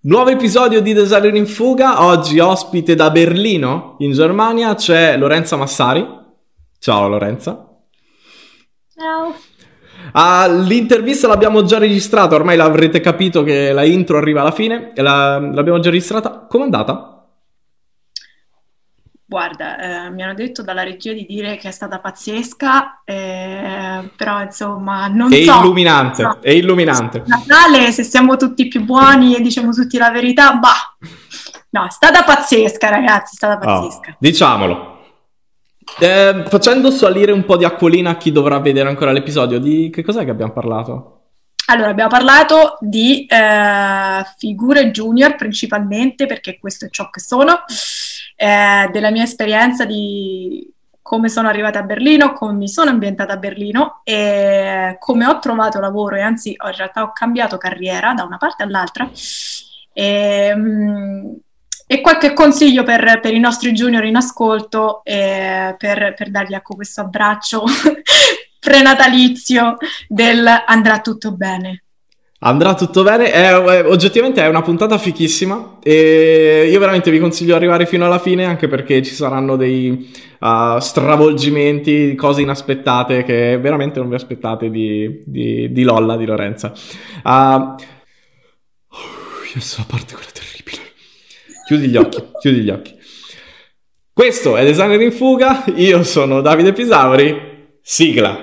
Nuovo episodio di Designer in Fuga, oggi ospite da Berlino, in Germania, c'è Lorenza Massari. Ciao Lorenza. Ciao. L'intervista l'abbiamo già registrata, ormai l'avrete capito che la intro arriva alla fine, e l'abbiamo già registrata. Com'è andata? Guarda, mi hanno detto dalla regia di dire che è stata pazzesca, però insomma non È so. illuminante, è illuminante. Natale, se siamo tutti più buoni e diciamo tutti la verità, bah, no, è stata pazzesca ragazzi, è stata pazzesca. Diciamolo. Facendo salire un po' di acquolina a chi dovrà vedere ancora l'episodio, di che cos'è che abbiamo parlato? Allora, abbiamo parlato di figure junior principalmente, perché questo è ciò che sono, della mia esperienza, di come sono arrivata a Berlino, come mi sono ambientata a Berlino e come ho trovato lavoro e anzi in realtà ho cambiato carriera da una parte all'altra e qualche consiglio per i nostri junior in ascolto per dargli ecco, questo abbraccio prenatalizio del andrà tutto bene. Andrà tutto bene, oggettivamente è una puntata fichissima e io veramente vi consiglio di arrivare fino alla fine, anche perché ci saranno dei stravolgimenti, cose inaspettate che veramente non vi aspettate di Lolla, di Lorenza. Questa parte quella terribile. Chiudi gli occhi. Questo è Designer in Fuga, io sono Davide Pisauri, sigla.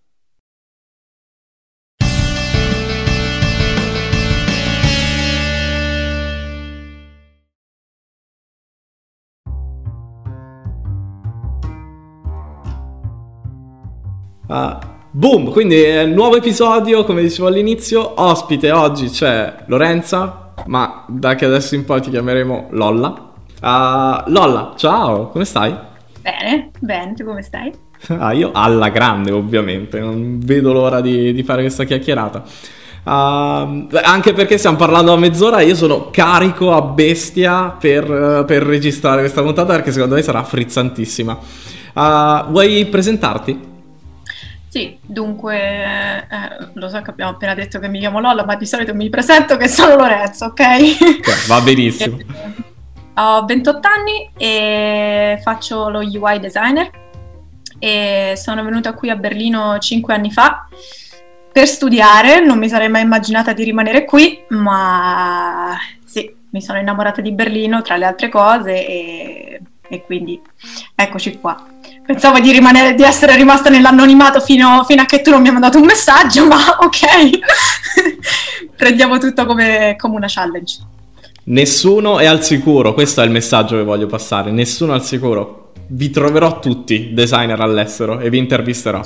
Boom, quindi nuovo episodio, come dicevo all'inizio, ospite oggi c'è Lorenza, ma da che adesso in poi ti chiameremo Lolla. Lolla, ciao, come stai? Bene, tu come stai? Io alla grande ovviamente, non vedo l'ora di fare questa chiacchierata. Anche perché stiamo parlando a mezz'ora e io sono carico a bestia per registrare questa puntata, perché secondo me sarà frizzantissima. Vuoi presentarti? Sì, dunque, lo so che abbiamo appena detto che mi chiamo Lolla, ma di solito mi presento che sono Lorenzo, ok? Va benissimo. Ho 28 anni e faccio lo UI designer e sono venuta qui a Berlino 5 anni fa per studiare, non mi sarei mai immaginata di rimanere qui, ma sì, mi sono innamorata di Berlino tra le altre cose e quindi eccoci qua. Pensavo di essere rimasta nell'anonimato fino a che tu non mi hai mandato un messaggio, ma ok, prendiamo tutto come una challenge. Nessuno è al sicuro, questo è il messaggio che voglio passare, nessuno è al sicuro. Vi troverò tutti designer all'estero e vi intervisterò.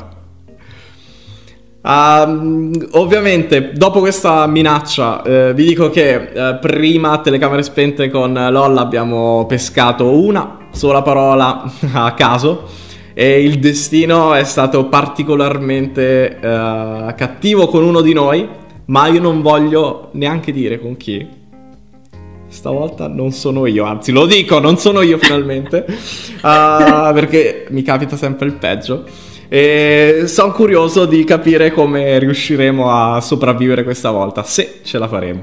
Ovviamente, dopo questa minaccia, vi dico che prima a telecamere spente con Lolla abbiamo pescato una sola parola a caso. E il destino è stato particolarmente cattivo con uno di noi, ma io non voglio neanche dire con chi. Stavolta non sono io, anzi lo dico, non sono io finalmente, perché mi capita sempre il peggio. E sono curioso di capire come riusciremo a sopravvivere questa volta, se ce la faremo.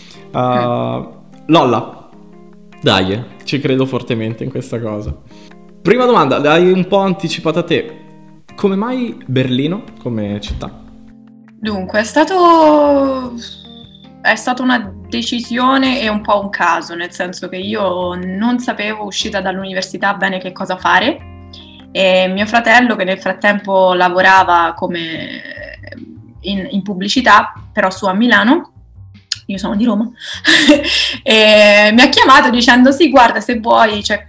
Lolla, dai, ci credo fortemente in questa cosa. Prima domanda, l'hai un po' anticipata te. Come mai Berlino come città? Dunque, è stata una decisione e un po' un caso, nel senso che io non sapevo, uscita dall'università, bene che cosa fare, e mio fratello, che nel frattempo lavorava come in pubblicità, però su a Milano, io sono di Roma, e mi ha chiamato dicendo sì, guarda, se vuoi c'è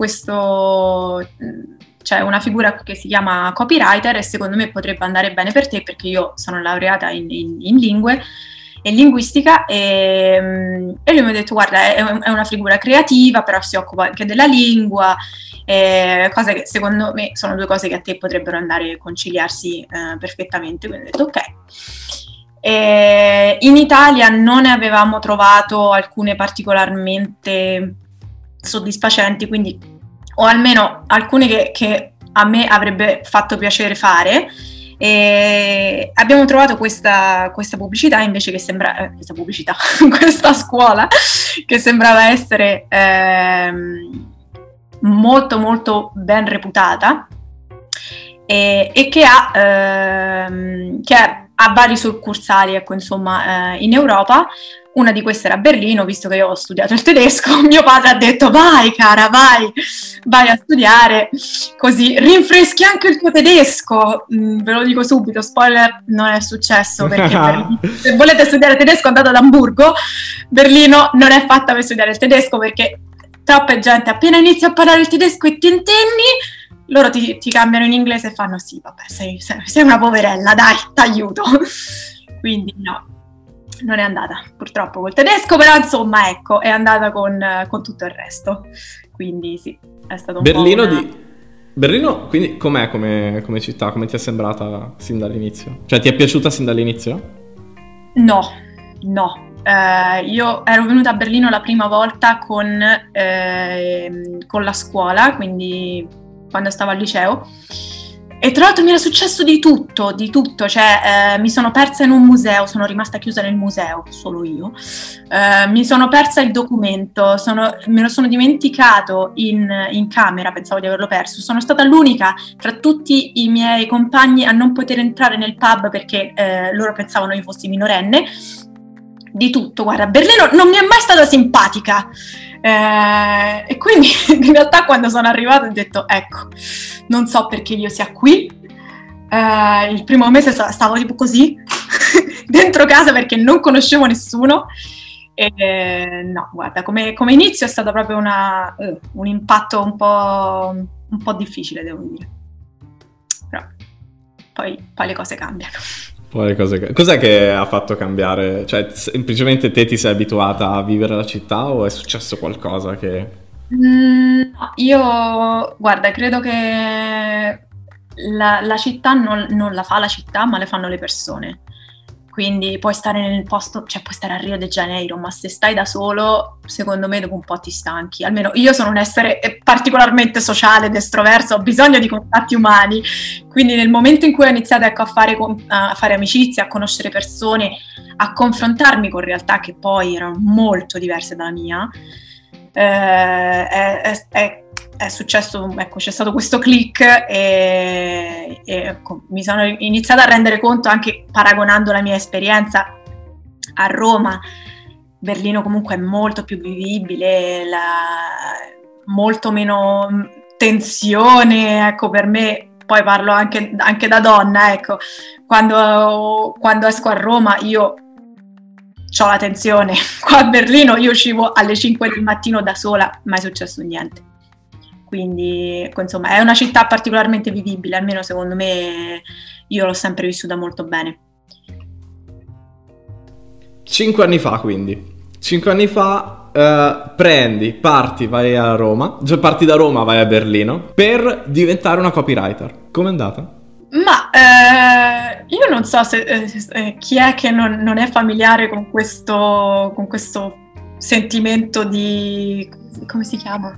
una figura che si chiama copywriter e secondo me potrebbe andare bene per te, perché io sono laureata in lingue e linguistica e lui mi ha detto guarda, è una figura creativa, però si occupa anche della lingua, cose che secondo me sono due cose che a te potrebbero andare a conciliarsi perfettamente, quindi ho detto ok. In Italia non ne avevamo trovato alcune particolarmente soddisfacenti, quindi, o almeno alcune che a me avrebbe fatto piacere fare, E abbiamo trovato questa pubblicità invece che sembra questa pubblicità, questa scuola che sembrava essere molto molto ben reputata e che ha vari succursali, ecco, insomma, in Europa. Una di queste era a Berlino, visto che io ho studiato il tedesco. Mio padre ha detto: vai cara, vai a studiare, così rinfreschi anche il tuo tedesco. Ve lo dico subito, spoiler, non è successo, perché se volete studiare tedesco andate ad Amburgo. Berlino non è fatta per studiare il tedesco, perché troppa gente appena inizia a parlare il tedesco e tentenni, loro ti cambiano in inglese e fanno: sì, vabbè, sei una poverella, dai, t'aiuto. Quindi no, non è andata purtroppo col tedesco, però insomma, ecco, è andata con tutto il resto. Quindi sì, è stato un Berlino po' Berlino, quindi com'è come città? Come ti è sembrata sin dall'inizio? Cioè, ti è piaciuta sin dall'inizio? No. Io ero venuta a Berlino la prima volta con la scuola, quindi quando stavo al liceo, e tra l'altro mi era successo di tutto, cioè mi sono persa in un museo, sono rimasta chiusa nel museo, solo io, mi sono persa il documento, me lo sono dimenticato in camera, pensavo di averlo perso, sono stata l'unica tra tutti i miei compagni a non poter entrare nel pub perché loro pensavano io fossi minorenne. Di tutto, guarda, Berlino non mi è mai stata simpatica, e quindi in realtà quando sono arrivata ho detto: ecco, non so perché io sia qui. Il primo mese stavo tipo così dentro casa perché non conoscevo nessuno, e no, guarda, come inizio è stato proprio un impatto un po' difficile, devo dire, però poi le cose cambiano. Cos'è che ha fatto cambiare? Cioè, semplicemente te ti sei abituata a vivere la città o è successo qualcosa che... Io, guarda, credo che la città non la fa la città, ma le fanno le persone. Quindi puoi stare nel posto, cioè puoi stare a Rio de Janeiro, ma se stai da solo, secondo me dopo un po' ti stanchi. Almeno io sono un essere particolarmente sociale ed estroverso, ho bisogno di contatti umani. Quindi nel momento in cui ho iniziato, ecco, a fare amicizie, a conoscere persone, a confrontarmi con realtà che poi erano molto diverse dalla mia, è successo, ecco, c'è stato questo click e mi sono iniziata a rendere conto, anche paragonando la mia esperienza a Roma. Berlino comunque è molto più vivibile, molto meno tensione, ecco, per me, poi parlo anche da donna, ecco, quando esco a Roma io c'ho la tensione, qua a Berlino io uscivo alle 5 del mattino da sola, mai è successo niente. Quindi, insomma, è una città particolarmente vivibile, almeno secondo me io l'ho sempre vissuta molto bene. 5 anni fa, quindi. 5 anni fa parti, vai a Roma, cioè parti da Roma, vai a Berlino, per diventare una copywriter. Com'è andata? Ma io non so se chi è che non è familiare con questo sentimento di... come si chiama?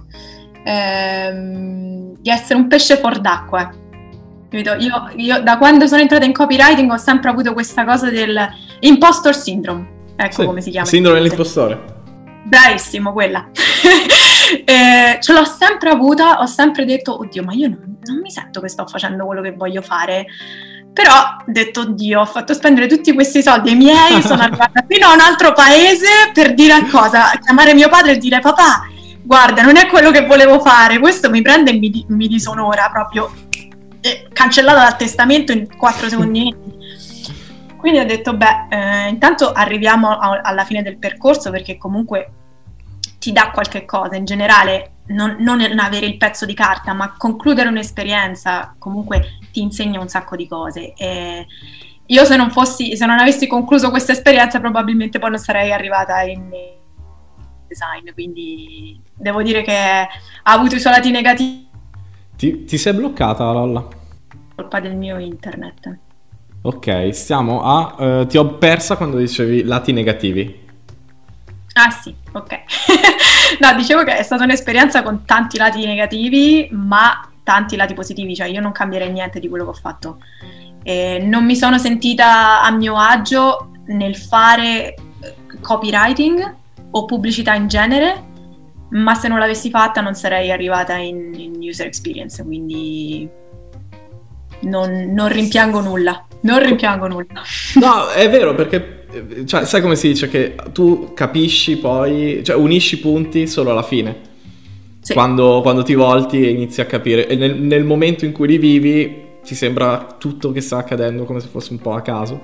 Di essere un pesce fuor d'acqua. Io da quando sono entrata in copywriting ho sempre avuto questa cosa del impostor syndrome, ecco, sì, come si chiama? Sindrome dell'impostore. Bravissimo, quella. Ce l'ho sempre avuta, ho sempre detto: oddio, ma io non mi sento che sto facendo quello che voglio fare. Però ho detto: oddio, ho fatto spendere tutti questi soldi ai miei, sono arrivata fino a un altro paese per dire a cosa? Chiamare mio padre e dire: papà, guarda, non è quello che volevo fare, questo mi prende e mi disonora proprio, cancellata dal testamento in 4 secondi. Quindi ho detto: beh, intanto arriviamo alla fine del percorso, perché comunque ti dà qualche cosa in generale, non avere il pezzo di carta, ma concludere un'esperienza comunque ti insegna un sacco di cose. E io se non avessi concluso questa esperienza probabilmente poi non sarei arrivata in design, quindi devo dire che ha avuto i suoi lati negativi. Ti sei bloccata, Lolla? Colpa del mio internet. Ok, ti ho persa quando dicevi lati negativi. Ah sì, ok. No, dicevo che è stata un'esperienza con tanti lati negativi, ma tanti lati positivi, cioè io non cambierei niente di quello che ho fatto. Non mi sono sentita a mio agio nel fare copywriting o pubblicità in genere, ma se non l'avessi fatta non sarei arrivata in user experience, quindi non rimpiango nulla. Non rimpiango nulla. No, è vero, perché cioè, sai come si dice che tu capisci poi, cioè unisci i punti solo alla fine. Sì. Quando ti volti e inizi a capire, e nel momento in cui li vivi ti sembra tutto che sta accadendo come se fosse un po' a caso.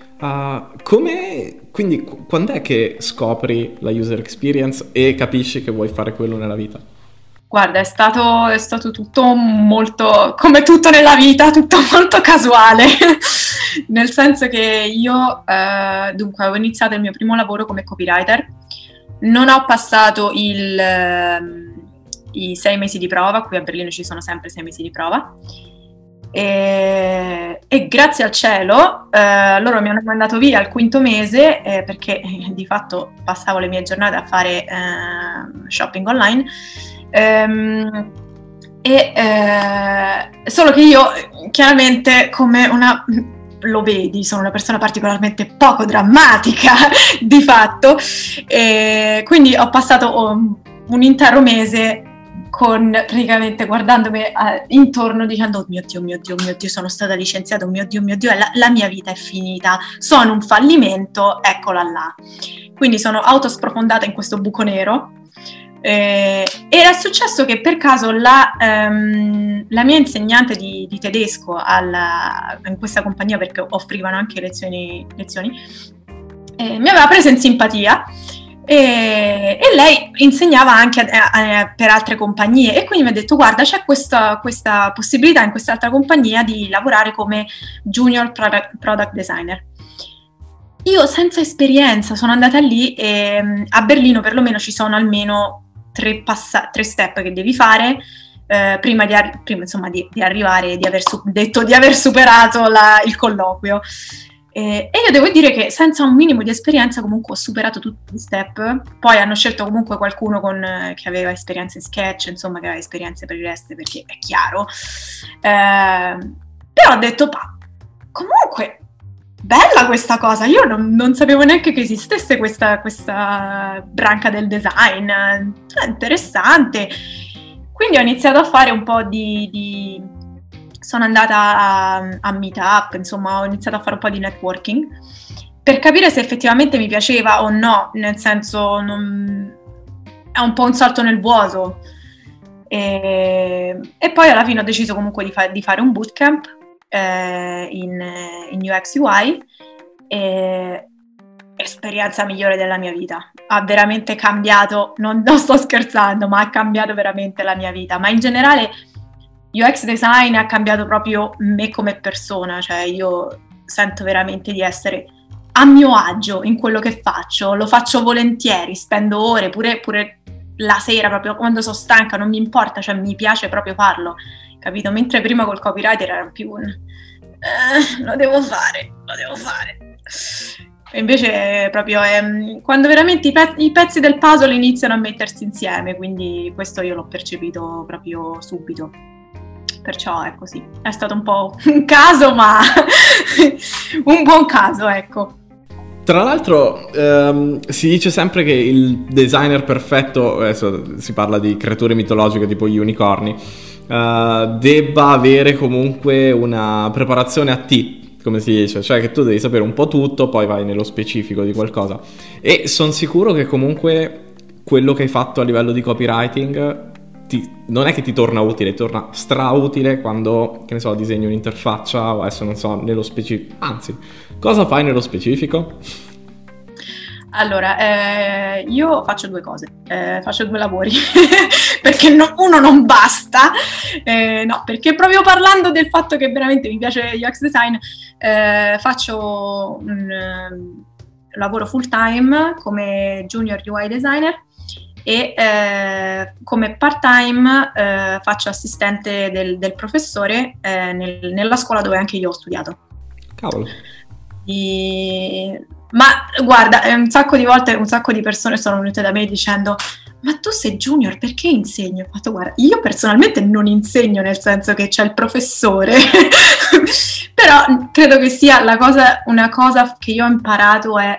Quindi quando è che scopri la user experience e capisci che vuoi fare quello nella vita? Guarda, è stato tutto molto, come tutto nella vita, tutto molto casuale, nel senso che io, dunque, avevo iniziato il mio primo lavoro come copywriter, non ho passato i 6 mesi di prova, qui a Berlino ci sono sempre 6 mesi di prova, e grazie al cielo loro mi hanno mandato via al 5º mese, perché di fatto passavo le mie giornate a fare shopping online. Solo che io chiaramente, come lo vedi, sono una persona particolarmente poco drammatica di fatto, e quindi ho passato un intero mese praticamente guardandomi intorno dicendo oh mio Dio, sono stata licenziata, oh mio Dio, la mia vita è finita, sono un fallimento, eccola là. Quindi sono autosprofondata in questo buco nero. Era successo che per caso la mia insegnante di tedesco in questa compagnia, perché offrivano anche lezioni, mi aveva preso in simpatia e lei insegnava anche per altre compagnie, e quindi mi ha detto guarda, c'è questa possibilità in quest'altra compagnia di lavorare come junior product designer. Io senza esperienza sono andata lì, e a Berlino perlomeno ci sono almeno 3 step che devi fare prima di arrivare, di aver superato il colloquio. E io devo dire che senza un minimo di esperienza comunque ho superato tutti gli step. Poi hanno scelto comunque qualcuno che aveva esperienze in Sketch, insomma, che aveva esperienze per il resto, perché è chiaro. Però ho detto, comunque bella questa cosa, io non sapevo neanche che esistesse questa branca del design, interessante. Quindi ho iniziato a fare un po' sono andata a Meetup, insomma ho iniziato a fare un po' di networking per capire se effettivamente mi piaceva o no, nel senso è un po' un salto nel vuoto, e poi alla fine ho deciso comunque di fare un bootcamp in UX UI, e esperienza migliore della mia vita, ha veramente cambiato, non sto scherzando, ma ha cambiato veramente la mia vita, ma in generale UX design ha cambiato proprio me come persona, cioè io sento veramente di essere a mio agio in quello che faccio, lo faccio volentieri, spendo ore, pure la sera proprio quando sono stanca, non mi importa, cioè mi piace proprio farlo, capito? Mentre prima col copywriter era più lo devo fare. E invece proprio quando veramente i pezzi del puzzle iniziano a mettersi insieme, quindi questo io l'ho percepito proprio subito. Perciò è così, è stato un po' un caso, ma un buon caso, ecco. Tra l'altro si dice sempre che il designer perfetto, adesso si parla di creature mitologiche tipo gli unicorni, debba avere comunque una preparazione a T, come si dice, cioè che tu devi sapere un po' tutto, poi vai nello specifico di qualcosa. E sono sicuro che comunque quello che hai fatto a livello di copywriting non è che ti torna utile, torna strautile quando, che ne so, disegni un'interfaccia o adesso non so, nello specifico. Anzi, cosa fai nello specifico? Allora, io faccio 2 cose, faccio 2 lavori, perché uno non basta, no, perché proprio parlando del fatto che veramente mi piace UX design, faccio un lavoro full time come junior UI designer, e come part time faccio assistente del professore nella scuola dove anche io ho studiato. Cavolo. Ma guarda, un sacco di volte un sacco di persone sono venute da me dicendo ma tu sei junior, perché insegni? Ho fatto guarda, io personalmente non insegno, nel senso che c'è il professore Però credo che sia una cosa che io ho imparato è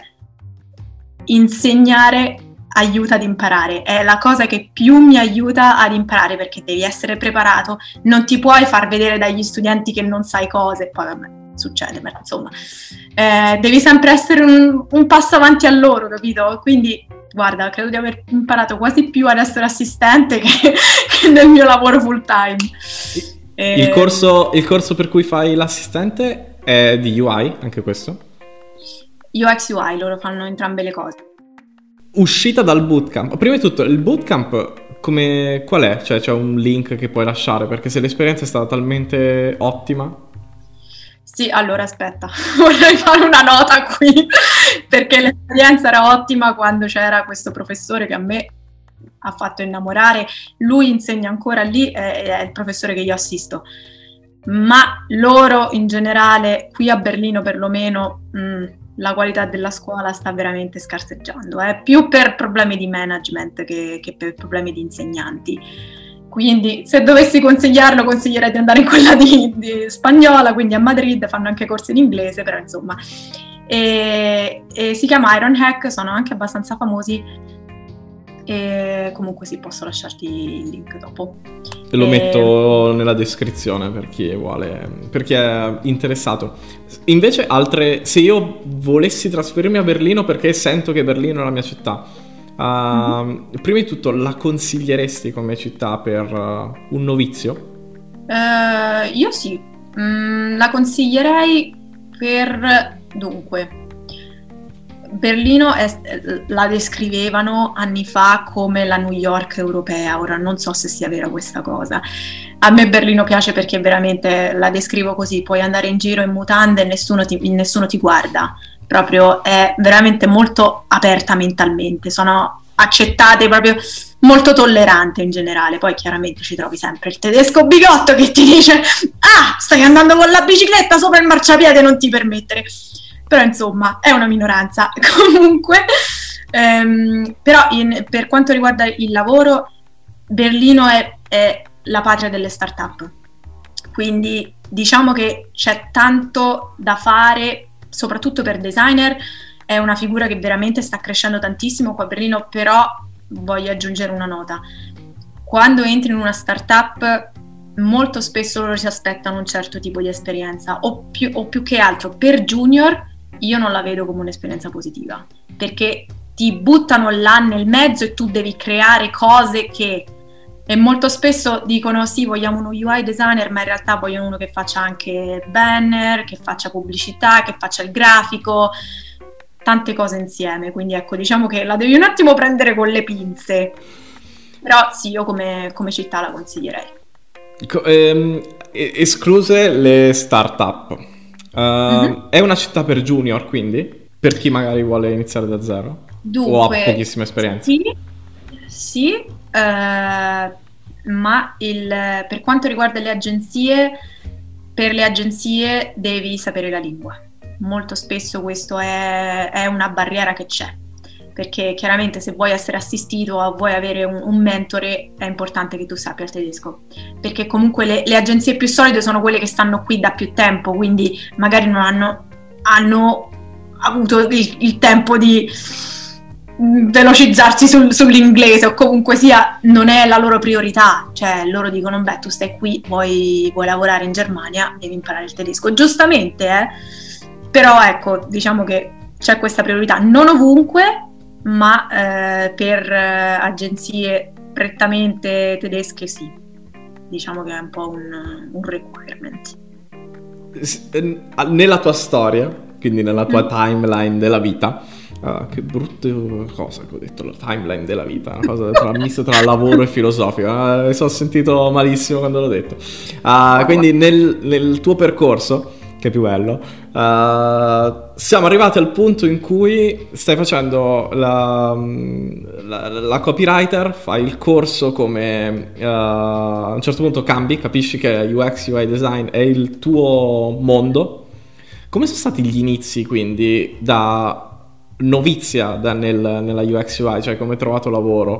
insegnare aiuta ad imparare, è la cosa che più mi aiuta ad imparare, perché devi essere preparato, non ti puoi far vedere dagli studenti che non sai cose, poi vabbè, succede, ma insomma, devi sempre essere un passo avanti a loro, capito? Quindi guarda, credo di aver imparato quasi più ad essere assistente che nel mio lavoro full time. Il corso per cui fai l'assistente è di UI, anche questo? UX UI, loro fanno entrambe le cose. Uscita dal bootcamp. Prima di tutto, il bootcamp qual è? Cioè c'è un link che puoi lasciare? Perché se l'esperienza è stata talmente ottima... Sì, allora aspetta, vorrei fare una nota qui, perché l'esperienza era ottima quando c'era questo professore che a me ha fatto innamorare. Lui insegna ancora lì, è il professore che io assisto. Ma loro in generale, qui a Berlino perlomeno... la qualità della scuola sta veramente scarseggiando, più per problemi di management che per problemi di insegnanti. Quindi se dovessi consigliarlo, consiglierei di andare in quella di spagnola, quindi a Madrid fanno anche corsi in inglese, però insomma. E si chiama Ironhack, sono anche abbastanza famosi. E comunque sì, posso lasciarti il link dopo. E lo metto nella descrizione per chi vuole, per chi è interessato. Invece se io volessi trasferirmi a Berlino, perché sento che Berlino è la mia città, prima di tutto la consiglieresti come città per un novizio? Io sì, la consiglierei dunque, Berlino la descrivevano anni fa come la New York europea, ora non so se sia vera questa cosa. A me Berlino piace perché veramente la descrivo così, puoi andare in giro in mutande e nessuno ti guarda, proprio è veramente molto aperta mentalmente, sono accettate, proprio molto tollerante in generale. Poi chiaramente ci trovi sempre il tedesco bigotto che ti dice stai andando con la bicicletta sopra il marciapiede, non ti permettere. Però insomma è una minoranza comunque, però per quanto riguarda il lavoro, Berlino è la patria delle start-up, quindi diciamo che c'è tanto da fare, soprattutto per designer. È una figura che veramente sta crescendo tantissimo qua a Berlino, però voglio aggiungere una nota: quando entri in una start-up molto spesso loro si aspettano un certo tipo di esperienza, o più che altro per junior io non la vedo come un'esperienza positiva, perché ti buttano là nel mezzo e tu devi creare cose e molto spesso dicono sì, vogliamo uno UI designer, ma in realtà vogliono uno che faccia anche banner, che faccia pubblicità, che faccia il grafico, tante cose insieme. Quindi ecco, diciamo che la devi un attimo prendere con le pinze, però sì, io come città la consiglierei. Escluse le start-up, è una città per junior, quindi per chi magari vuole iniziare da zero. Dunque, o ha pochissima esperienza? Sì, ma per quanto riguarda le agenzie, per le agenzie devi sapere la lingua. Molto spesso questo è una barriera che c'è, perché chiaramente se vuoi essere assistito o vuoi avere un mentore è importante che tu sappia il tedesco, perché comunque le agenzie più solide sono quelle che stanno qui da più tempo, quindi magari non hanno avuto il tempo di velocizzarsi sull'inglese, o comunque sia non è la loro priorità, cioè loro dicono beh, tu stai qui, vuoi lavorare in Germania, devi imparare il tedesco, giustamente, però ecco, diciamo che c'è questa priorità, non ovunque, ma per agenzie prettamente tedesche sì, diciamo che è un po' un requirement. Nella tua storia, quindi nella tua timeline della vita, che brutta cosa che ho detto, la timeline della vita, una cosa mista tra lavoro e filosofica, mi sono sentito malissimo quando l'ho detto. Quindi nel tuo percorso, che è più bello, siamo arrivati al punto in cui stai facendo la copywriter, fai il corso come a un certo punto capisci che UX UI design è il tuo mondo. Come sono stati gli inizi, quindi, da novizia nella UX UI, cioè come hai trovato lavoro,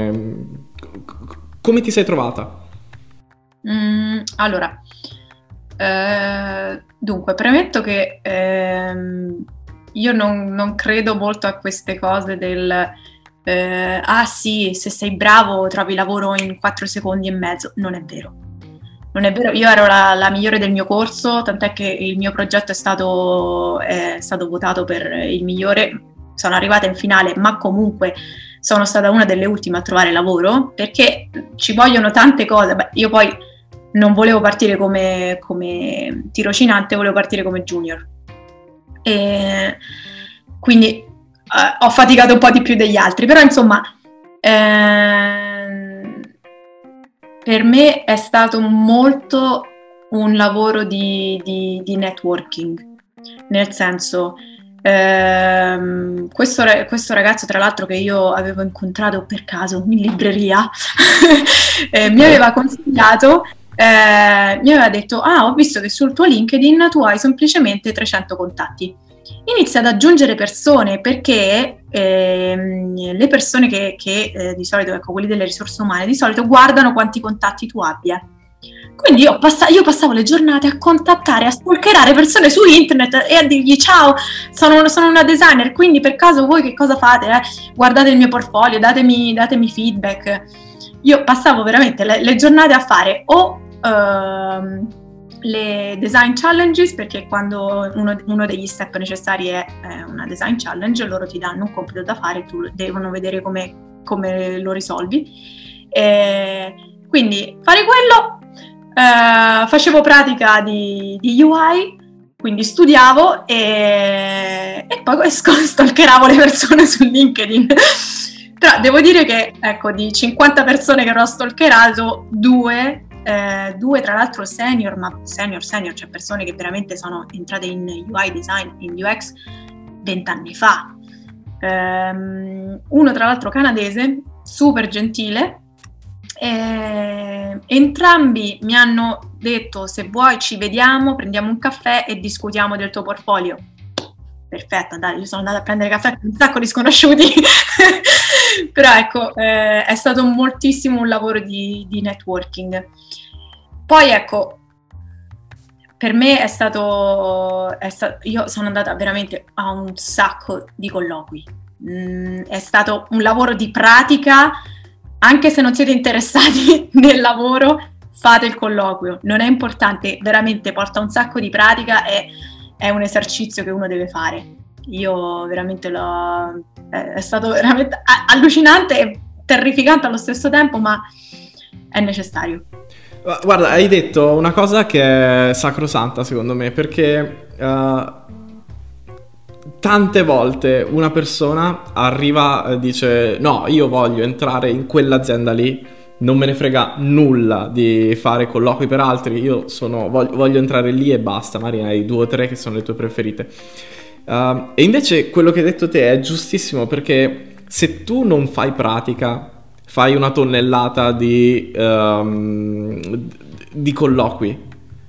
come ti sei trovata? Allora, Dunque, premetto che io non credo molto a queste cose del ah sì, se sei bravo trovi lavoro in 4 secondi e mezzo. Non è vero. Non è vero, io ero la migliore del mio corso, tant'è che il mio progetto è stato votato per il migliore. Sono arrivata in finale, ma comunque sono stata una delle ultime a trovare lavoro, perché ci vogliono tante cose. Beh, io poi non volevo partire come tirocinante, volevo partire come junior. E quindi ho faticato un po' di più degli altri, però insomma per me è stato molto un lavoro di networking, nel senso questo ragazzo, tra l'altro, che io avevo incontrato per caso in libreria mi aveva consigliato, mi aveva detto: ah, ho visto che sul tuo LinkedIn tu hai semplicemente 300 contatti, inizia ad aggiungere persone, perché le persone che di solito, ecco, quelli delle risorse umane, di solito guardano quanti contatti tu abbia. Quindi io passavo le giornate a contattare, a stalkerare persone su internet e a dirgli: ciao, sono una designer, quindi per caso voi che cosa fate? Guardate il mio portfolio, datemi feedback. Io passavo veramente le giornate a fare o le design challenges, perché quando uno degli step necessari è una design challenge, loro ti danno un compito da fare, tu devono vedere come lo risolvi. Quindi fare quello. Facevo pratica di UI, quindi studiavo e poi stalkeravo le persone su LinkedIn. Però devo dire che, ecco, di 50 persone che ho stalkerato, due tra l'altro senior, cioè persone che veramente sono entrate in UI design, in UX 20 anni fa. Uno tra l'altro canadese, super gentile. Entrambi mi hanno detto: se vuoi ci vediamo, prendiamo un caffè e discutiamo del tuo portfolio. Perfetto, dai, io sono andata a prendere caffè con un sacco di sconosciuti. Però ecco, è stato moltissimo un lavoro di networking. Poi ecco, per me è stato io sono andata veramente a un sacco di colloqui. È stato un lavoro di pratica. Anche se non siete interessati nel lavoro, fate il colloquio, non è importante, veramente porta un sacco di pratica e è un esercizio che uno deve fare. Io veramente è stato veramente allucinante e terrificante allo stesso tempo, ma è necessario. Guarda, hai detto una cosa che è sacrosanta secondo me, perché tante volte una persona arriva e dice: no, io voglio entrare in quell'azienda lì, non me ne frega nulla di fare colloqui per altri, io voglio entrare lì e basta. Magari hai 2 o 3 che sono le tue preferite. E invece quello che hai detto te è giustissimo, perché se tu non fai pratica, fai una tonnellata di colloqui,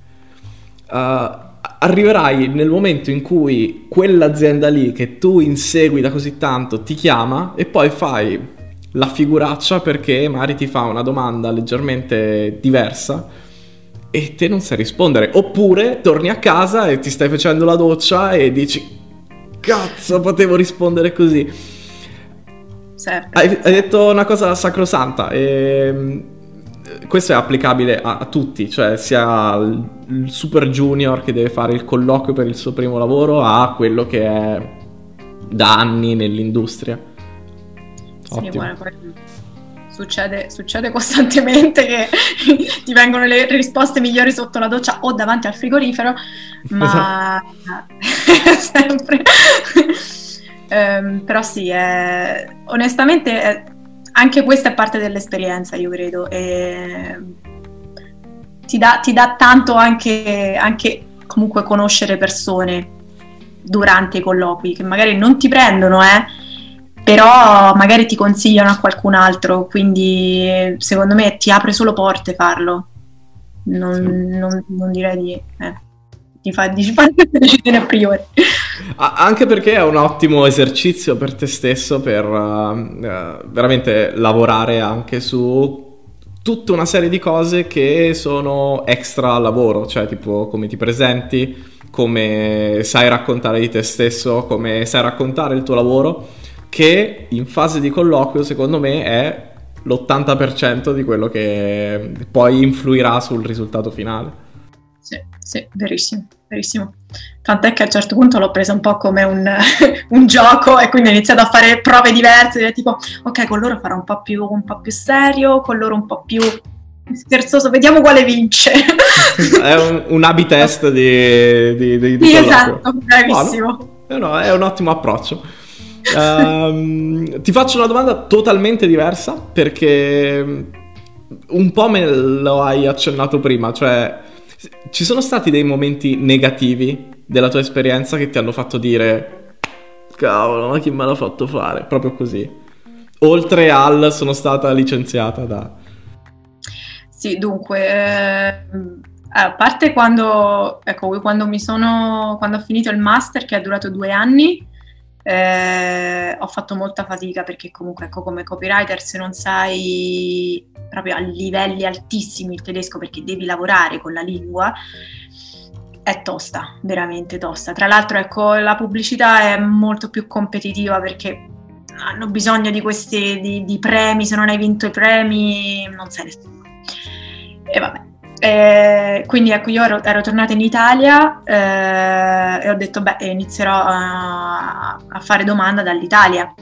arriverai nel momento in cui quell'azienda lì che tu insegui da così tanto ti chiama e poi fai la figuraccia perché magari ti fa una domanda leggermente diversa e te non sai rispondere, oppure torni a casa e ti stai facendo la doccia e dici: cazzo, potevo rispondere così. Hai detto una cosa sacrosanta e questo è applicabile a tutti, cioè sia il super junior che deve fare il colloquio per il suo primo lavoro a quello che è da anni nell'industria. Sì, guarda, poi succede costantemente che ti vengono le risposte migliori sotto la doccia o davanti al frigorifero, ma sempre. Però sì, onestamente anche questa è parte dell'esperienza, io credo, e ti dà tanto anche comunque conoscere persone durante i colloqui che magari non ti prendono, però magari ti consigliano a qualcun altro, quindi secondo me ti apre solo porte farlo. Non direi di fare queste decisioni a priori. Anche perché è un ottimo esercizio per te stesso per veramente lavorare anche su tutta una serie di cose che sono extra al lavoro, cioè tipo come ti presenti, come sai raccontare di te stesso, come sai raccontare il tuo lavoro, che in fase di colloquio secondo me è l'80% di quello che poi influirà sul risultato finale. Sì, verissimo, verissimo. Tant'è che a un certo punto l'ho presa un po' come un gioco e quindi ho iniziato a fare prove diverse, tipo, ok, con loro farò un po' più serio, con loro un po' più scherzoso, vediamo quale vince. È un A/B test di sì, esatto, bravissimo. No, è un ottimo approccio. Ti faccio una domanda totalmente diversa, perché un po' me lo hai accennato prima, cioè ci sono stati dei momenti negativi della tua esperienza che ti hanno fatto dire cavolo, ma chi me l'ha fatto fare? Proprio così. Oltre al sono stata licenziata da... Sì, dunque, a parte quando ho finito il master, che è durato 2 anni, ho fatto molta fatica, perché comunque, ecco, come copywriter, se non sai proprio a livelli altissimi il tedesco, perché devi lavorare con la lingua, è tosta, veramente tosta. Tra l'altro, ecco, la pubblicità è molto più competitiva, perché hanno bisogno di questi di premi. Se non hai vinto i premi non sei nessuno. E vabbè, quindi ecco, io ero tornata in Italia e ho detto inizierò a fare domanda dall'Italia,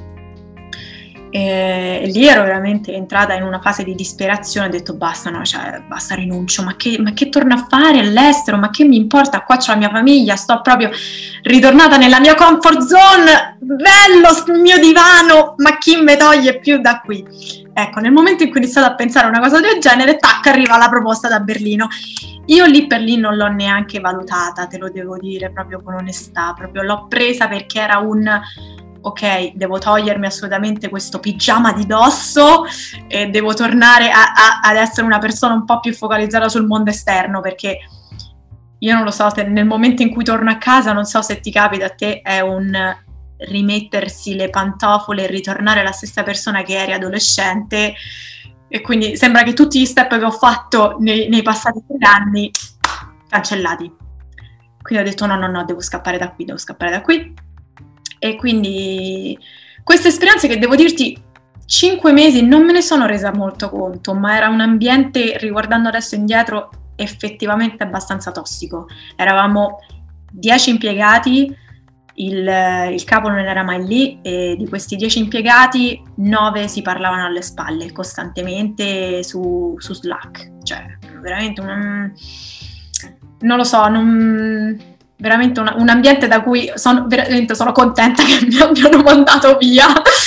e lì ero veramente entrata in una fase di disperazione. Ho detto basta, no, cioè, basta, rinuncio, ma che torno a fare all'estero, ma che mi importa, qua c'ho la mia famiglia, sto proprio ritornata nella mia comfort zone, bello il mio divano, ma chi me toglie più da qui? Ecco, nel momento in cui ho iniziato a pensare a una cosa del genere, tac, arriva la proposta da Berlino. Io lì per lì non l'ho neanche valutata, te lo devo dire proprio con onestà, proprio l'ho presa perché era ok, devo togliermi assolutamente questo pigiama di dosso e devo tornare ad essere una persona un po' più focalizzata sul mondo esterno, perché io non lo so, nel momento in cui torno a casa, non so se ti capita a te, è un rimettersi le pantofole e ritornare la stessa persona che eri adolescente, e quindi sembra che tutti gli step che ho fatto nei passati 3 anni cancellati. Quindi ho detto no, devo scappare da qui. E quindi queste esperienze, che devo dirti 5 mesi non me ne sono resa molto conto, ma era un ambiente, riguardando adesso indietro, effettivamente abbastanza tossico. Eravamo 10 impiegati, il capo non era mai lì, e di questi 10 impiegati 9 si parlavano alle spalle costantemente su Slack. Cioè veramente non lo so, veramente un ambiente da cui veramente sono contenta che mi abbiano mandato via.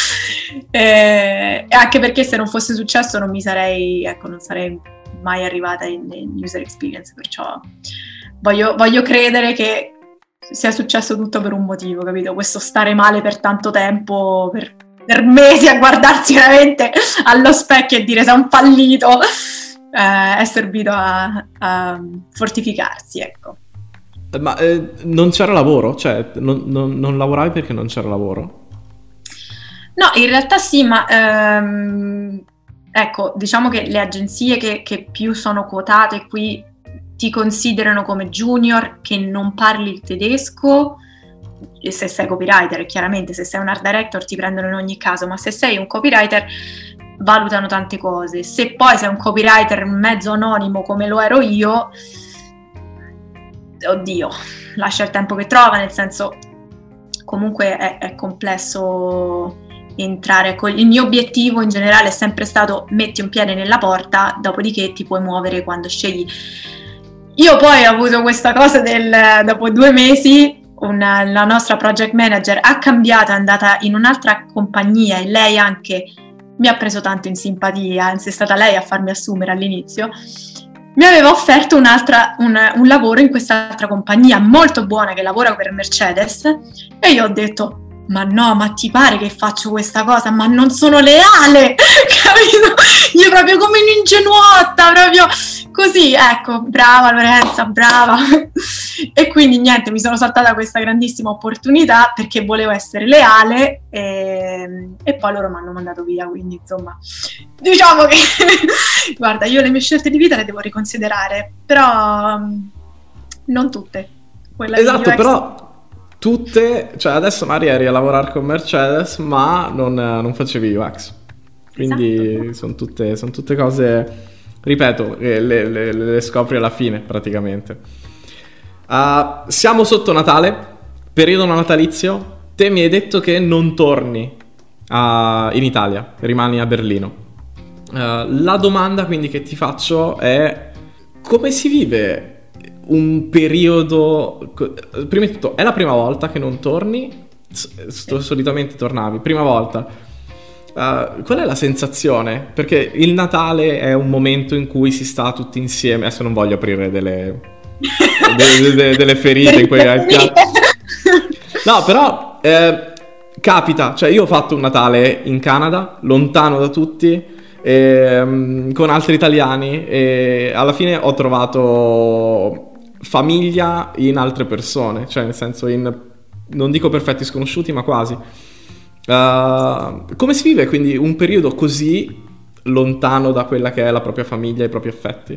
E anche perché se non fosse successo non sarei mai arrivata in user experience, perciò voglio credere che sia successo tutto per un motivo, capito? Questo stare male per tanto tempo, per mesi, a guardarsi veramente allo specchio e dire sei un fallito, è servito a fortificarsi, ecco. Ma non c'era lavoro? Cioè non lavoravi perché non c'era lavoro? No, in realtà sì, ma ecco, diciamo che le agenzie che più sono quotate qui ti considerano come junior che non parli il tedesco, e se sei copywriter, chiaramente, se sei un art director ti prendono in ogni caso, ma se sei un copywriter valutano tante cose. Se poi sei un copywriter mezzo anonimo come lo ero io, oddio, lascia il tempo che trova, nel senso, comunque è complesso entrare. Il mio obiettivo in generale è sempre stato: metti un piede nella porta, dopodiché ti puoi muovere quando scegli. Io poi ho avuto questa cosa dopo 2 mesi la nostra project manager ha cambiato, è andata in un'altra compagnia, e lei anche mi ha preso tanto in simpatia, anzi è stata lei a farmi assumere all'inizio. Mi aveva offerto un lavoro in quest'altra compagnia molto buona che lavora per Mercedes, e io ho detto: ma no, ma ti pare che faccio questa cosa? Ma non sono leale, capito? Io proprio come un'ingenuotta, proprio Così, ecco, brava Lorenza, brava. E quindi niente, mi sono saltata questa grandissima opportunità perché volevo essere leale e poi loro mi hanno mandato via, quindi insomma, diciamo che guarda, io le mie scelte di vita le devo riconsiderare, però non tutte. Quella Esatto, UX... però tutte, cioè adesso Maria eri a lavorare con Mercedes, ma non facevi UX. Quindi Esatto. sono tutte cose, ripeto, che le scopri alla fine praticamente. Siamo sotto Natale, periodo natalizio. Te mi hai detto che non torni in Italia, rimani a Berlino. La domanda quindi che ti faccio è: come si vive un periodo... Prima di tutto, è la prima volta che non torni? Solitamente tornavi, prima volta. Qual è la sensazione? Perché il Natale è un momento in cui si sta tutti insieme. Adesso non voglio aprire delle ferite in quei No, però capita. Cioè, io ho fatto un Natale in Canada, lontano da tutti, con altri italiani, e alla fine ho trovato famiglia in altre persone. Cioè, nel senso, non dico perfetti sconosciuti, ma quasi. Come si vive quindi un periodo così lontano da quella che è la propria famiglia e i propri affetti?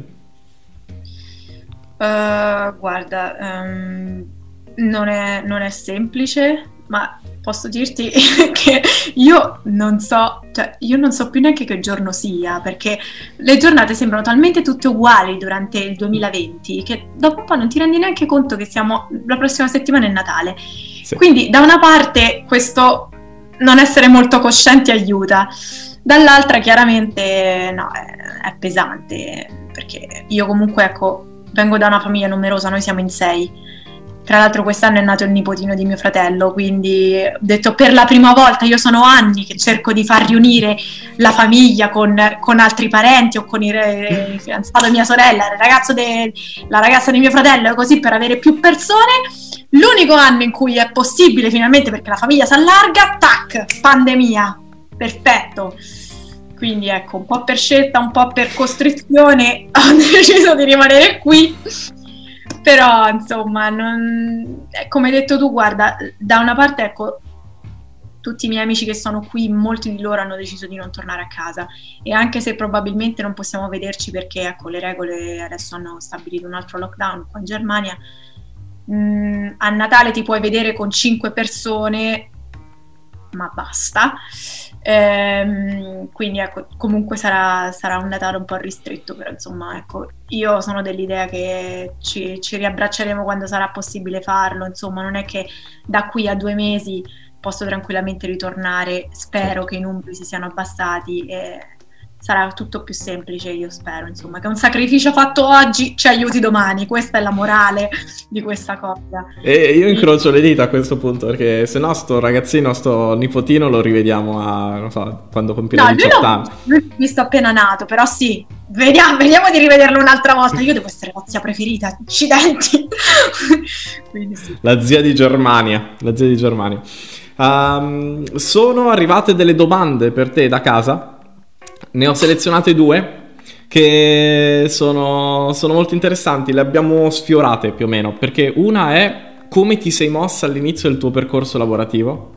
Guarda, non è semplice, ma posso dirti che io non so più neanche che giorno sia, perché le giornate sembrano talmente tutte uguali durante il 2020 che dopo un po' non ti rendi neanche conto che la prossima settimana è Natale. Sì. Quindi da una parte questo non essere molto coscienti aiuta, dall'altra chiaramente no, è pesante, perché io comunque, ecco, vengo da una famiglia numerosa, noi siamo in 6. Tra l'altro quest'anno è nato il nipotino di mio fratello, quindi ho detto per la prima volta, io sono anni che cerco di far riunire la famiglia con altri parenti o con il fidanzato di mia sorella, la ragazza di mio fratello, così per avere più persone. L'unico anno in cui è possibile finalmente, perché la famiglia si allarga, tac, pandemia, perfetto. Quindi ecco, un po' per scelta, un po' per costrizione ho deciso di rimanere qui. Però insomma, come hai detto tu, guarda, da una parte, ecco, tutti i miei amici che sono qui, molti di loro hanno deciso di non tornare a casa, e anche se probabilmente non possiamo vederci perché, ecco, le regole adesso hanno stabilito un altro lockdown qua in Germania, a Natale ti puoi vedere con 5 persone, ma basta. Quindi ecco, comunque sarà un Natale un po' ristretto, però insomma, ecco, io sono dell'idea che ci riabbracceremo quando sarà possibile farlo. Insomma, non è che da qui a 2 mesi posso tranquillamente ritornare. Spero che i numeri si siano abbassati e sarà tutto più semplice, io spero, insomma, che un sacrificio fatto oggi ci aiuti domani. Questa è la morale di questa cosa. E io incrocio le dita a questo punto, perché se no sto ragazzino, sto nipotino lo rivediamo non so, quando compirà 18 anni. Lui visto appena nato, però sì, vediamo di rivederlo un'altra volta. Io devo essere la zia preferita, accidenti. Quindi sì. La zia di Germania. Sono arrivate delle domande per te da casa. Ne ho selezionate 2 che sono molto interessanti. Le abbiamo sfiorate più o meno, perché una è: come ti sei mossa all'inizio del tuo percorso lavorativo?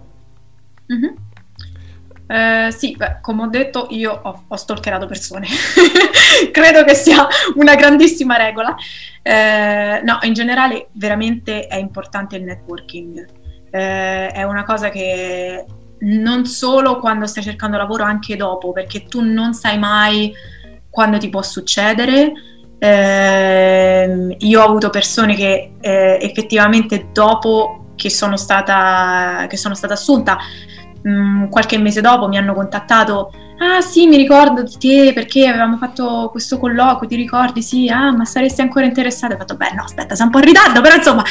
Sì, beh, come ho detto, io ho stalkerato persone. Credo che sia una grandissima regola. No, in generale veramente è importante il networking. È una cosa che non solo quando stai cercando lavoro, anche dopo, perché tu non sai mai quando ti può succedere. Io ho avuto persone che effettivamente dopo che sono stata assunta, qualche mese dopo mi hanno contattato: ah sì, mi ricordo di te perché avevamo fatto questo colloquio, ti ricordi? Sì, ah, ma saresti ancora interessata? Ho fatto: beh no, aspetta, sei un po' in ritardo, però insomma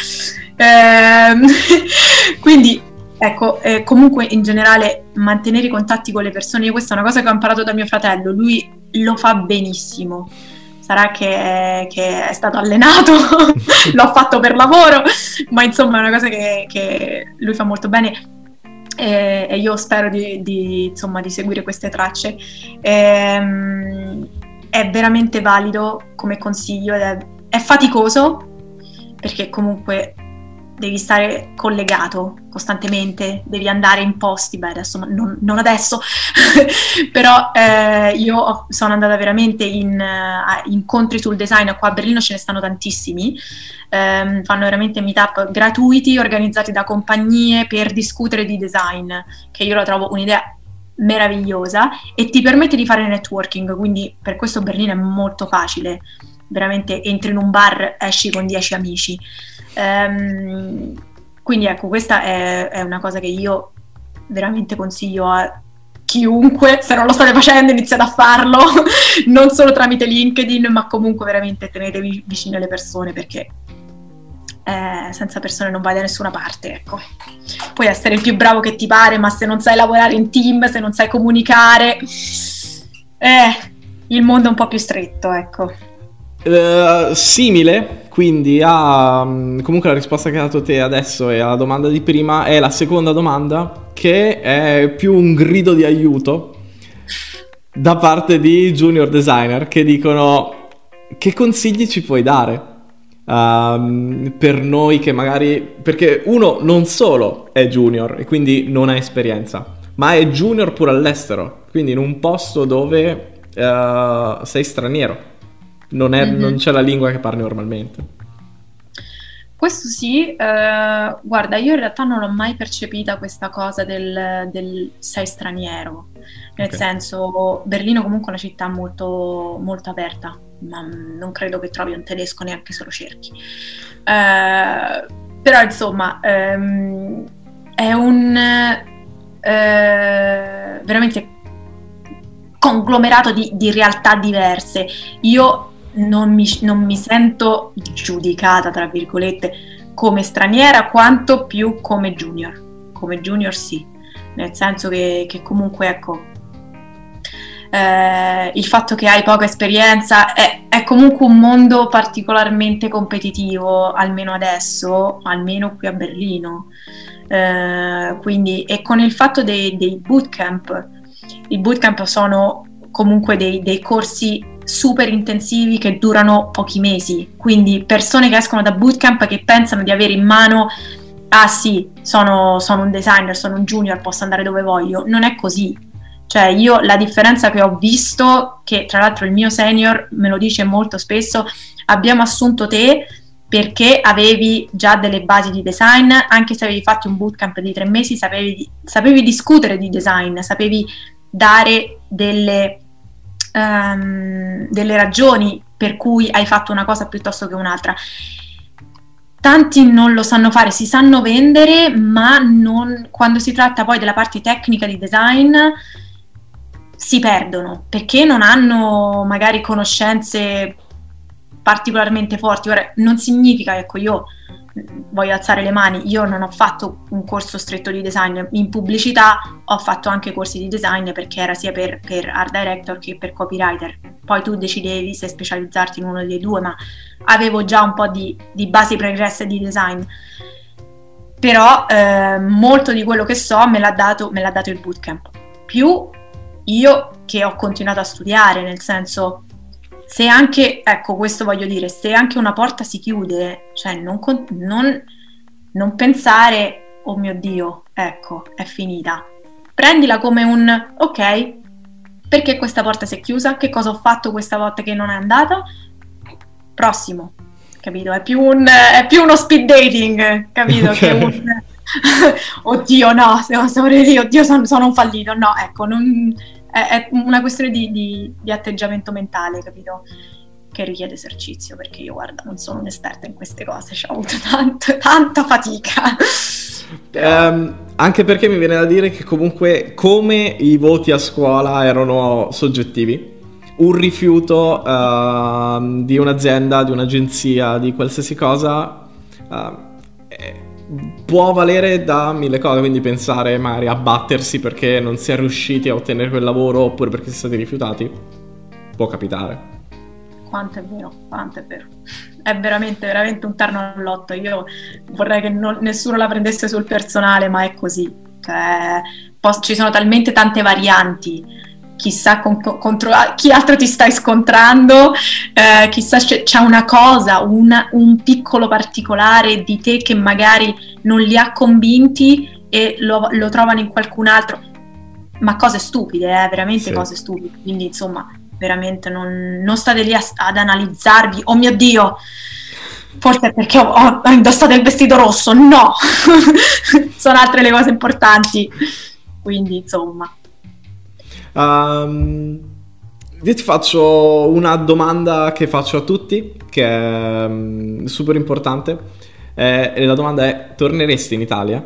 quindi ecco, comunque in generale mantenere i contatti con le persone, io questa è una cosa che ho imparato da mio fratello, lui lo fa benissimo. Sarà che è stato allenato, l'ho fatto per lavoro, ma insomma è una cosa che lui fa molto bene, e io spero di seguire queste tracce. È è veramente valido come consiglio ed è faticoso, perché comunque devi stare collegato costantemente, devi andare in posti, beh adesso non adesso, però io sono andata veramente in incontri sul design, qua a Berlino ce ne stanno tantissimi, fanno veramente meetup gratuiti organizzati da compagnie per discutere di design, che io la trovo un'idea meravigliosa e ti permette di fare networking, quindi per questo Berlino è molto facile, veramente entri in un bar, esci con 10 amici. Quindi ecco, questa è una cosa che io veramente consiglio a chiunque, se non lo state facendo iniziate a farlo, non solo tramite LinkedIn, ma comunque veramente tenetevi vicine alle persone, perché senza persone non vai da nessuna parte, ecco. Puoi essere il più bravo che ti pare, ma se non sai lavorare in team, se non sai comunicare, il mondo è un po' più stretto, ecco. Simile quindi a comunque la risposta che hai dato te adesso e alla domanda di prima è la seconda domanda, che è più un grido di aiuto da parte di junior designer che dicono: che consigli ci puoi dare per noi che magari, perché uno non solo è junior e quindi non ha esperienza, ma è junior pure all'estero, quindi in un posto dove sei straniero. Non c'è la lingua che parli normalmente. Questo sì, guarda, io in realtà non l'ho mai percepita questa cosa del sei straniero, nel senso, Berlino comunque è una città molto, molto aperta, ma non credo che trovi un tedesco neanche se lo cerchi. Però insomma, è un veramente conglomerato di realtà diverse. Io non mi sento giudicata, tra virgolette, come straniera, quanto più come junior. Come junior sì, nel senso che comunque, ecco, il fatto che hai poca esperienza è comunque un mondo particolarmente competitivo, almeno adesso, almeno qui a Berlino. Quindi, e con il fatto dei bootcamp, i bootcamp sono comunque dei corsi super intensivi che durano pochi mesi, quindi persone che escono da bootcamp che pensano di avere in mano, ah sì, sono un designer, sono un junior, posso andare dove voglio. Non è così. Cioè, io la differenza che ho visto, che tra l'altro il mio senior me lo dice molto spesso: abbiamo assunto te perché avevi già delle basi di design, anche se avevi fatto un bootcamp di 3 mesi, sapevi discutere di design, sapevi dare delle ragioni per cui hai fatto una cosa piuttosto che un'altra. Tanti non lo sanno fare, si sanno vendere, ma quando si tratta poi della parte tecnica di design si perdono, perché non hanno magari conoscenze particolarmente forti. Ora, non significa, ecco, io voglio alzare le mani, io non ho fatto un corso stretto di design in pubblicità, ho fatto anche corsi di design perché era sia per art director che per copywriter, poi tu decidevi se specializzarti in uno dei due, ma avevo già un po' di basi pregresse di design, però molto di quello che so me l'ha dato il bootcamp, più io che ho continuato a studiare, nel senso, se anche, ecco, questo voglio dire, se anche una porta si chiude, cioè non pensare, oh mio Dio, ecco, è finita. Prendila come un, ok, perché questa porta si è chiusa? Che cosa ho fatto questa volta che non è andata? Prossimo, capito? È più uno speed dating, capito? Okay. Che un, oddio, no, oddio, sono un fallito. No, ecco, è una questione di atteggiamento mentale, capito? Che richiede esercizio, perché io, guarda, non sono un'esperta in queste cose, ci ho avuto tanta fatica. Anche perché mi viene da dire che comunque, come i voti a scuola erano soggettivi, un rifiuto di un'azienda, di un'agenzia, di qualsiasi cosa può valere da 1000 cose, quindi pensare magari a battersi perché non si è riusciti a ottenere quel lavoro oppure perché si è stati rifiutati può capitare. Quanto è vero, è veramente un tarno all'otto. Io vorrei che nessuno la prendesse sul personale, ma è così, cioè, ci sono talmente tante varianti chissà contro chi altro ti stai scontrando, chissà c'è una cosa, un piccolo particolare di te che magari non li ha convinti e lo trovano in qualcun altro, ma cose stupide, veramente sì. Cose stupide, quindi insomma veramente non state lì ad analizzarvi, oh mio Dio, forse è perché ho indossato il vestito rosso, no, sono altre le cose importanti, quindi insomma. Io ti faccio una domanda che faccio a tutti, che è super importante, e la domanda è: torneresti in Italia?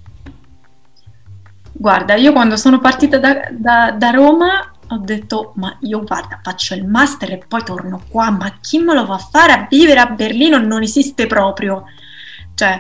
Guarda, io quando sono partita da Roma ho detto, ma io guarda, faccio il master e poi torno qua, ma chi me lo fa fare a vivere a Berlino? Non esiste proprio, cioè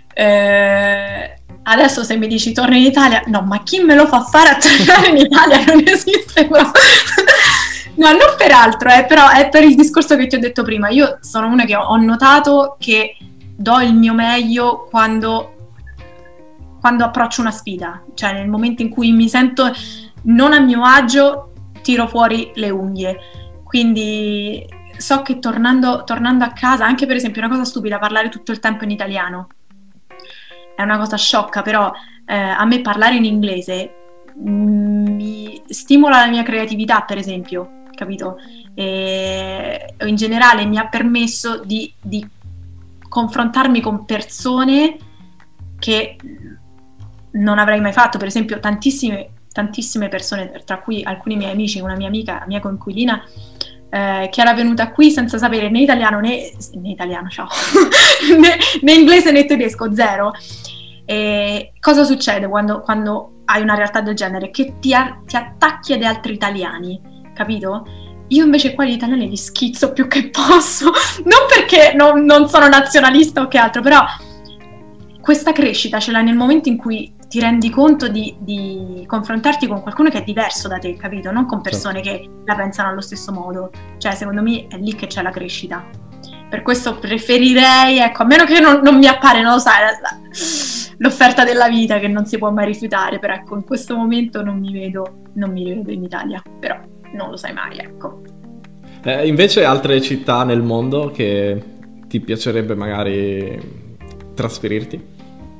adesso se mi dici torna in Italia, no, ma chi me lo fa fare a tornare in Italia? Non esiste proprio. No, non per altro, però è per il discorso che ti ho detto prima. Io sono una che ho notato che do il mio meglio quando approccio una sfida, cioè nel momento in cui mi sento non a mio agio tiro fuori le unghie, quindi so che tornando a casa, anche per esempio una cosa stupida, parlare tutto il tempo in italiano è una cosa sciocca, però a me parlare in inglese mi stimola la mia creatività, per esempio, capito? E in generale mi ha permesso di confrontarmi con persone che non avrei mai fatto, per esempio tantissime persone, tra cui alcuni miei amici, una mia amica, mia coinquilina, che era venuta qui senza sapere né italiano né ciao né inglese né tedesco, zero. E cosa succede quando hai una realtà del genere? Che ti attacchi ad altri italiani, capito? Io invece qua gli italiani li schizzo più che posso, non perché non sono nazionalista o che altro, però questa crescita ce l'hai nel momento in cui ti rendi conto di confrontarti con qualcuno che è diverso da te, capito? Non con persone che la pensano allo stesso modo. Cioè, secondo me è lì che c'è la crescita. Per questo preferirei, ecco, a meno che non mi appare, non lo sai, l'offerta della vita che non si può mai rifiutare, però ecco, in questo momento non mi rivedo in Italia, però non lo sai mai, ecco. Invece altre città nel mondo che ti piacerebbe magari trasferirti?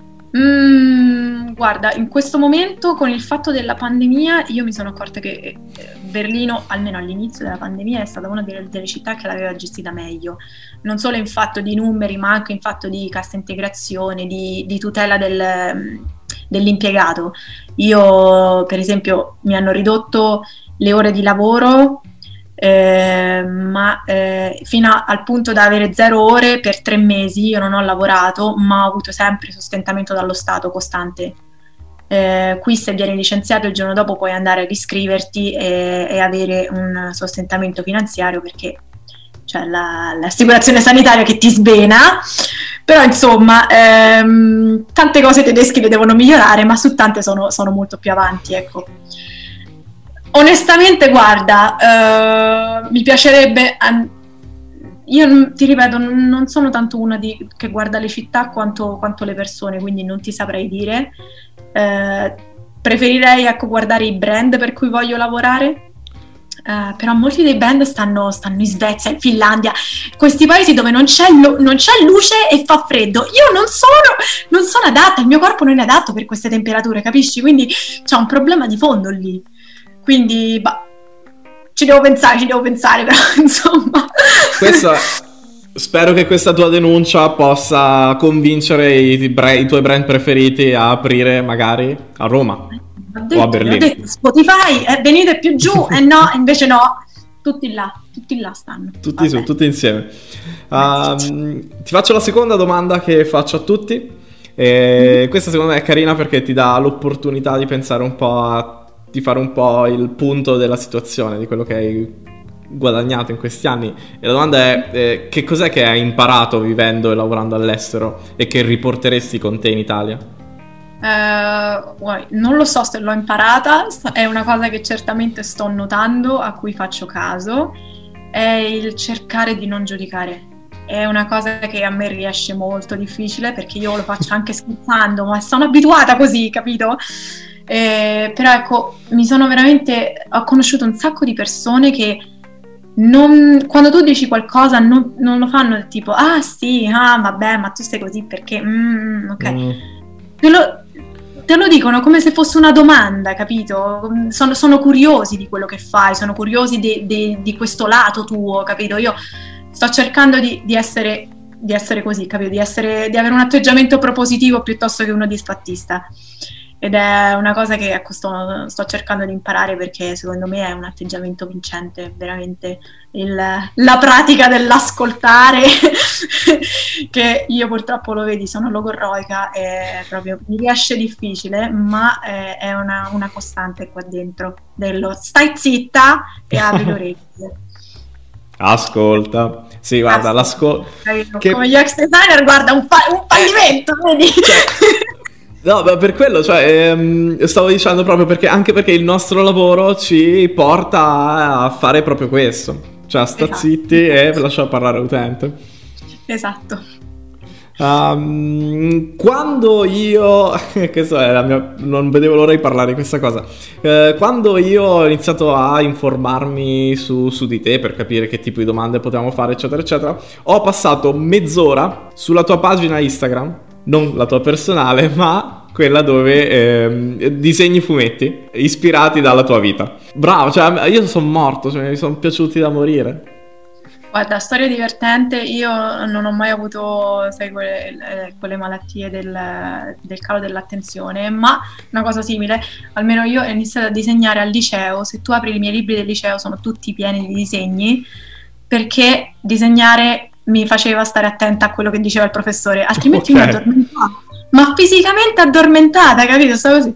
Guarda, in questo momento con il fatto della pandemia io mi sono accorta che Berlino, almeno all'inizio della pandemia, è stata una delle città che l'aveva gestita meglio, non solo in fatto di numeri ma anche in fatto di cassa integrazione, di tutela dell'impiegato. Io per esempio mi hanno ridotto le ore di lavoro, ma fino al punto da avere 0 ore per 3 mesi. Io non ho lavorato, ma ho avuto sempre sostentamento dallo Stato costante. Qui se vieni licenziato il giorno dopo puoi andare a riscriverti e avere un sostentamento finanziario, perché c'è l'assicurazione sanitaria che ti svena. Però insomma tante cose tedesche le devono migliorare, ma su tante sono molto più avanti, ecco. Onestamente, guarda, mi piacerebbe, io ti ripeto, non sono tanto una che guarda le città quanto le persone, quindi non ti saprei dire. Preferirei, ecco, guardare i brand per cui voglio lavorare, però molti dei brand stanno in Svezia, in Finlandia, questi paesi dove non c'è luce e fa freddo. Io non sono adatta, il mio corpo non è adatto per queste temperature, capisci? Quindi c'è un problema di fondo lì. Quindi, ci devo pensare, però, insomma. Spero che questa tua denuncia possa convincere i tuoi brand preferiti a aprire magari a Roma o a Berlino. Ho detto, Spotify, venite più giù, no, invece no, tutti là stanno. Tutti su, tutti insieme. Ti faccio la seconda domanda che faccio a tutti. Questa secondo me è carina perché ti dà l'opportunità di pensare un po' di fare un po' il punto della situazione, di quello che hai guadagnato in questi anni. E la domanda è che cos'è che hai imparato vivendo e lavorando all'estero e che riporteresti con te in Italia? Non lo so se l'ho imparata, è una cosa che certamente sto notando, a cui faccio caso, è il cercare di non giudicare. È una cosa che a me riesce molto difficile, perché io lo faccio anche scherzando, ma sono abituata così, capito? Però ecco, ho conosciuto un sacco di persone che quando tu dici qualcosa non lo fanno tipo, ah sì, ah vabbè, ma tu stai così perché, ok. Te lo dicono come se fosse una domanda, capito? Sono curiosi di quello che fai, sono curiosi di questo lato tuo, capito? Io sto cercando di essere così, capito? Di avere un atteggiamento propositivo piuttosto che uno disfattista. Ed è una cosa che ecco, sto cercando di imparare, perché secondo me è un atteggiamento vincente, veramente la pratica dell'ascoltare che io purtroppo lo vedi, sono logorroica e proprio mi riesce difficile, ma è una costante qua dentro, dello stai zitta e apri le orecchie. Ascolta. Sì, guarda, come gli ex designer, guarda, un fallimento, vedi? No, ma per quello, cioè, stavo dicendo proprio anche perché il nostro lavoro ci porta a fare proprio questo. Cioè, sta zitti e lascia parlare l'utente. Esatto. Quando io questa è non vedevo l'ora di parlare di questa cosa. Quando io ho iniziato a informarmi su di te per capire che tipo di domande potevamo fare, eccetera eccetera, ho passato mezz'ora sulla tua pagina Instagram, non la tua personale, ma quella dove disegni fumetti ispirati dalla tua vita. Bravo, cioè io sono morto, cioè mi sono piaciuti da morire. Guarda, storia divertente, io non ho mai avuto, sai, quelle malattie del calo dell'attenzione, ma una cosa simile, almeno io ho iniziato a disegnare al liceo. Se tu apri i miei libri del liceo sono tutti pieni di disegni, perché disegnare mi faceva stare attenta a quello che diceva il professore, altrimenti mi addormentavo, ma fisicamente addormentata, capito? Stavo così.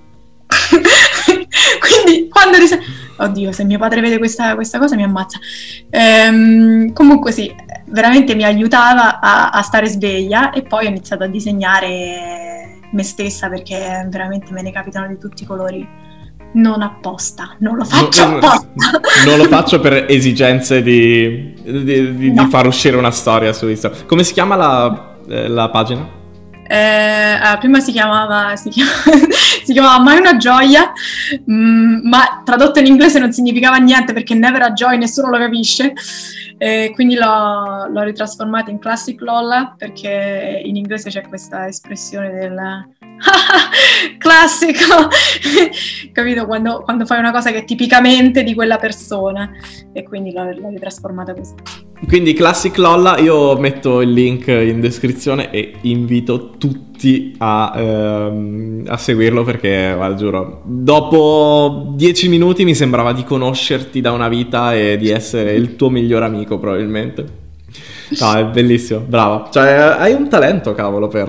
Quindi quando oddio, se mio padre vede questa cosa mi ammazza. Comunque sì, veramente mi aiutava a stare sveglia, e poi ho iniziato a disegnare me stessa, perché veramente me ne capitano di tutti i colori. Non apposta, non lo faccio apposta. Non lo faccio per esigenze di far uscire una storia su Instagram. Come si chiama la pagina? Prima si chiamava Mai una gioia, ma tradotto in inglese non significava niente, perché never a joy nessuno lo capisce, quindi l'ho ritrasformata in Classic Lolla, perché in inglese c'è questa espressione del classico, capito? Quando fai una cosa che è tipicamente di quella persona, e quindi l'ho ritrasformata così. Quindi Classic Lolla, io metto il link in descrizione e invito tutti a seguirlo, perché, guarda, giuro, dopo 10 minuti mi sembrava di conoscerti da una vita e di essere il tuo miglior amico, probabilmente. No, è bellissimo, brava. Cioè, hai un talento, cavolo, per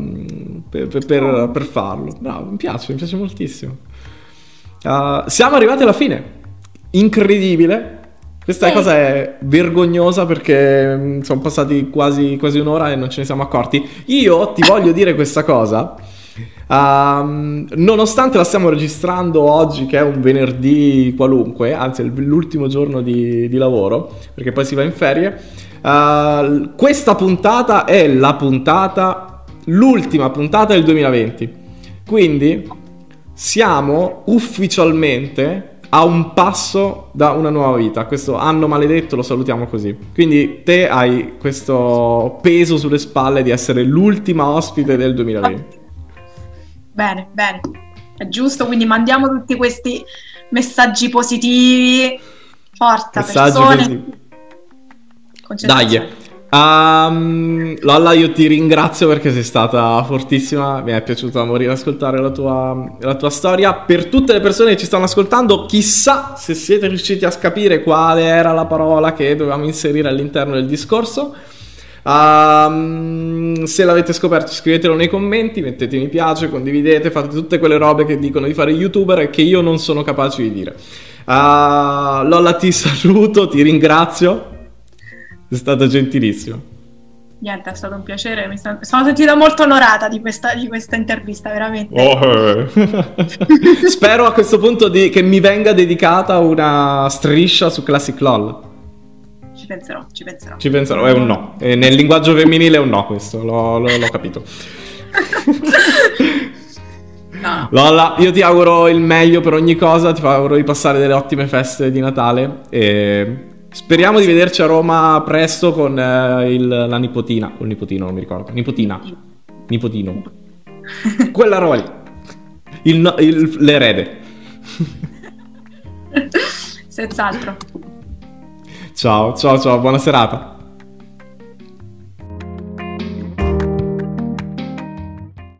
farlo. Bravo, mi piace moltissimo. Siamo arrivati alla fine. Incredibile. Questa cosa è vergognosa, perché sono passati quasi un'ora e non ce ne siamo accorti. Io ti voglio dire questa cosa. Nonostante la stiamo registrando oggi, che è un venerdì qualunque, anzi è l'ultimo giorno di lavoro, perché poi si va in ferie, questa puntata è l'ultima puntata del 2020. Quindi siamo ufficialmente a un passo da una nuova vita. Questo anno maledetto lo salutiamo così. Quindi te hai questo peso sulle spalle di essere l'ultima ospite del 2020. Bene, è giusto, quindi mandiamo tutti questi messaggi positivi. Forza, persone. Dai. Lolla, io ti ringrazio perché sei stata fortissima, mi è piaciuto da morire ascoltare la tua storia. Per tutte le persone che ci stanno ascoltando, chissà se siete riusciti a capire quale era la parola che dovevamo inserire all'interno del discorso. Se l'avete scoperto, scrivetelo nei commenti, mettete mi piace, condividete, fate tutte quelle robe che dicono di fare youtuber e che io non sono capace di dire. Lolla, ti saluto, ti ringrazio. È stata gentilissima. Niente, è stato un piacere, mi sono sentita molto onorata di questa intervista, veramente. Spero a questo punto che mi venga dedicata una striscia su Classic LOL. Ci penserò. Ci penserò, è un no. Nel linguaggio femminile è un no questo, l'ho capito. No. Lolla, io ti auguro il meglio per ogni cosa, ti auguro di passare delle ottime feste di Natale e speriamo di vederci a Roma presto con la nipotina, o il nipotino, non mi ricordo, nipotino, quella roba lì, l'erede. Senz'altro. Ciao, buona serata.